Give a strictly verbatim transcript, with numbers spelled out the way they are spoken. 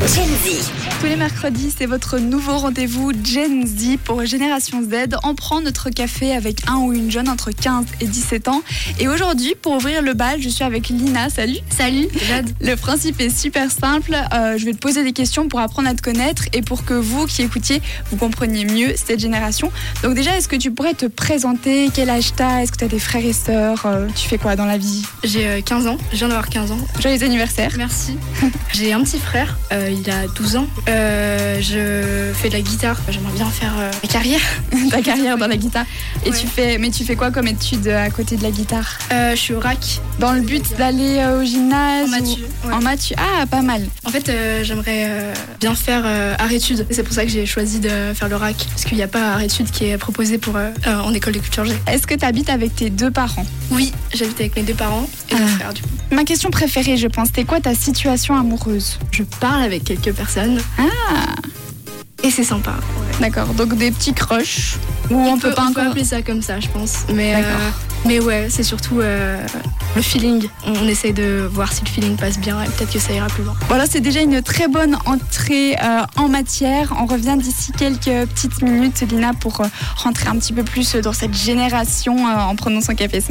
Gen Z. Tous les mercredis, c'est votre nouveau rendez-vous Gen Z pour Génération Z. On prend notre café avec un ou une jeune entre quinze et dix-sept ans. Et aujourd'hui, pour ouvrir le bal, je suis avec Lina. Salut. Salut, Jade. Le principe est super simple. Euh, je vais te poser des questions pour apprendre à te connaître et pour que vous qui écoutiez, vous compreniez mieux cette génération. Donc déjà, est-ce que tu pourrais te présenter? Quel âge t'as? Est-ce que tu as des frères et sœurs? euh, Tu fais quoi dans la vie? J'ai euh, quinze ans, je viens d'avoir quinze ans. Joyeux anniversaire. Merci. J'ai un petit frère, euh, il a douze ans. Euh, je fais de la guitare, j'aimerais bien faire euh, ma carrière. Ta carrière dans la guitare. Et Ouais. tu fais, mais tu fais quoi comme études à côté de la guitare? Euh, je suis au R A C. Dans le but d'aller euh, au gymnase? En ou- Mathieu, ouais. En Mathieu. Ah, pas mal. En fait, euh, j'aimerais euh, bien faire euh, art-études. C'est pour ça que j'ai choisi de faire le R A C. Parce qu'il n'y a pas art-études qui est proposé pour, euh, euh, en école de culture G. Est-ce que tu habites avec tes deux parents? Oui, j'habite avec mes deux parents et mon Ah. frère du coup. Ma question préférée, je pense, c'était quoi ta situation amoureuse? Je parle avec quelques personnes. Ah, Et c'est sympa. Ouais. d'accord. Donc des petits crushs. Ou on, peut pas on peut encore. appeler ça comme ça, je pense. Mais, D'accord. euh, mais ouais, c'est surtout euh, le feeling. On, on essaye de voir si le feeling passe bien et peut-être que ça ira plus loin. Voilà, c'est déjà une très bonne entrée euh, en matière. On revient d'ici quelques petites minutes, Lina, pour euh, rentrer un petit peu plus dans cette génération euh, en prenant son café.